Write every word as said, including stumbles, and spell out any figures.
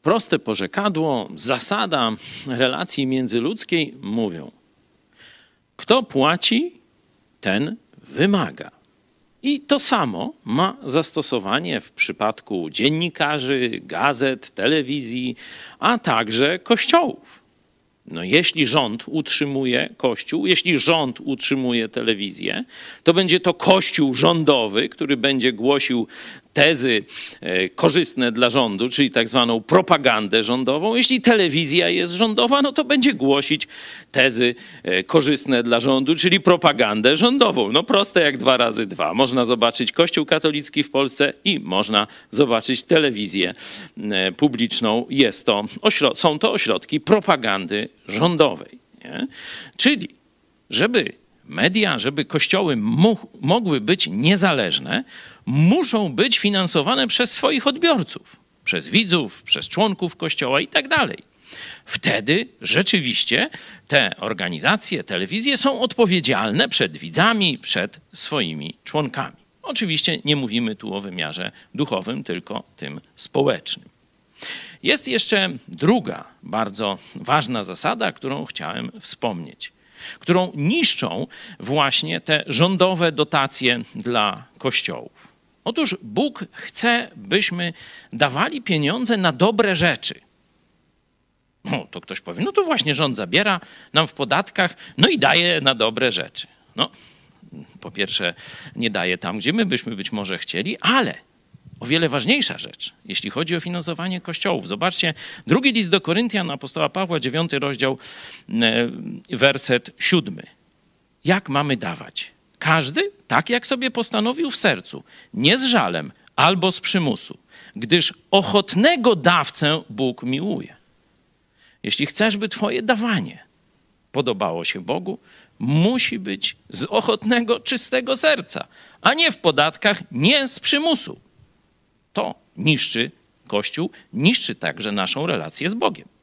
proste porzekadło, zasada relacji międzyludzkiej mówią: kto płaci, ten wymaga. I to samo ma zastosowanie w przypadku dziennikarzy, gazet, telewizji, a także kościołów. No, jeśli rząd utrzymuje Kościół, jeśli rząd utrzymuje telewizję, to będzie to Kościół rządowy, który będzie głosił tezy korzystne dla rządu, czyli tak zwaną propagandę rządową. Jeśli telewizja jest rządowa, no to będzie głosić tezy korzystne dla rządu, czyli propagandę rządową. No proste jak dwa razy dwa. Można zobaczyć Kościół katolicki w Polsce i można zobaczyć telewizję publiczną. Jest to, są to ośrodki propagandy rządowej. Nie? Czyli żeby media, żeby kościoły mogły być niezależne, muszą być finansowane przez swoich odbiorców, przez widzów, przez członków kościoła i tak dalej. Wtedy rzeczywiście te organizacje, telewizje są odpowiedzialne przed widzami, przed swoimi członkami. Oczywiście nie mówimy tu o wymiarze duchowym, tylko tym społecznym. Jest jeszcze druga bardzo ważna zasada, którą chciałem wspomnieć, którą niszczą właśnie te rządowe dotacje dla kościołów. Otóż Bóg chce, byśmy dawali pieniądze na dobre rzeczy. No to ktoś powie, no to właśnie rząd zabiera nam w podatkach, no i daje na dobre rzeczy. No, po pierwsze nie daje tam, gdzie my byśmy być może chcieli, ale o wiele ważniejsza rzecz, jeśli chodzi o finansowanie kościołów. Zobaczcie, drugi list do Koryntian apostoła Pawła, dziewiąty rozdział, werset siódmy. Jak mamy dawać? Każdy tak, jak sobie postanowił w sercu, nie z żalem albo z przymusu, gdyż ochotnego dawcę Bóg miłuje. Jeśli chcesz, by twoje dawanie podobało się Bogu, musi być z ochotnego, czystego serca, a nie w podatkach, nie z przymusu. To niszczy Kościół, niszczy także naszą relację z Bogiem.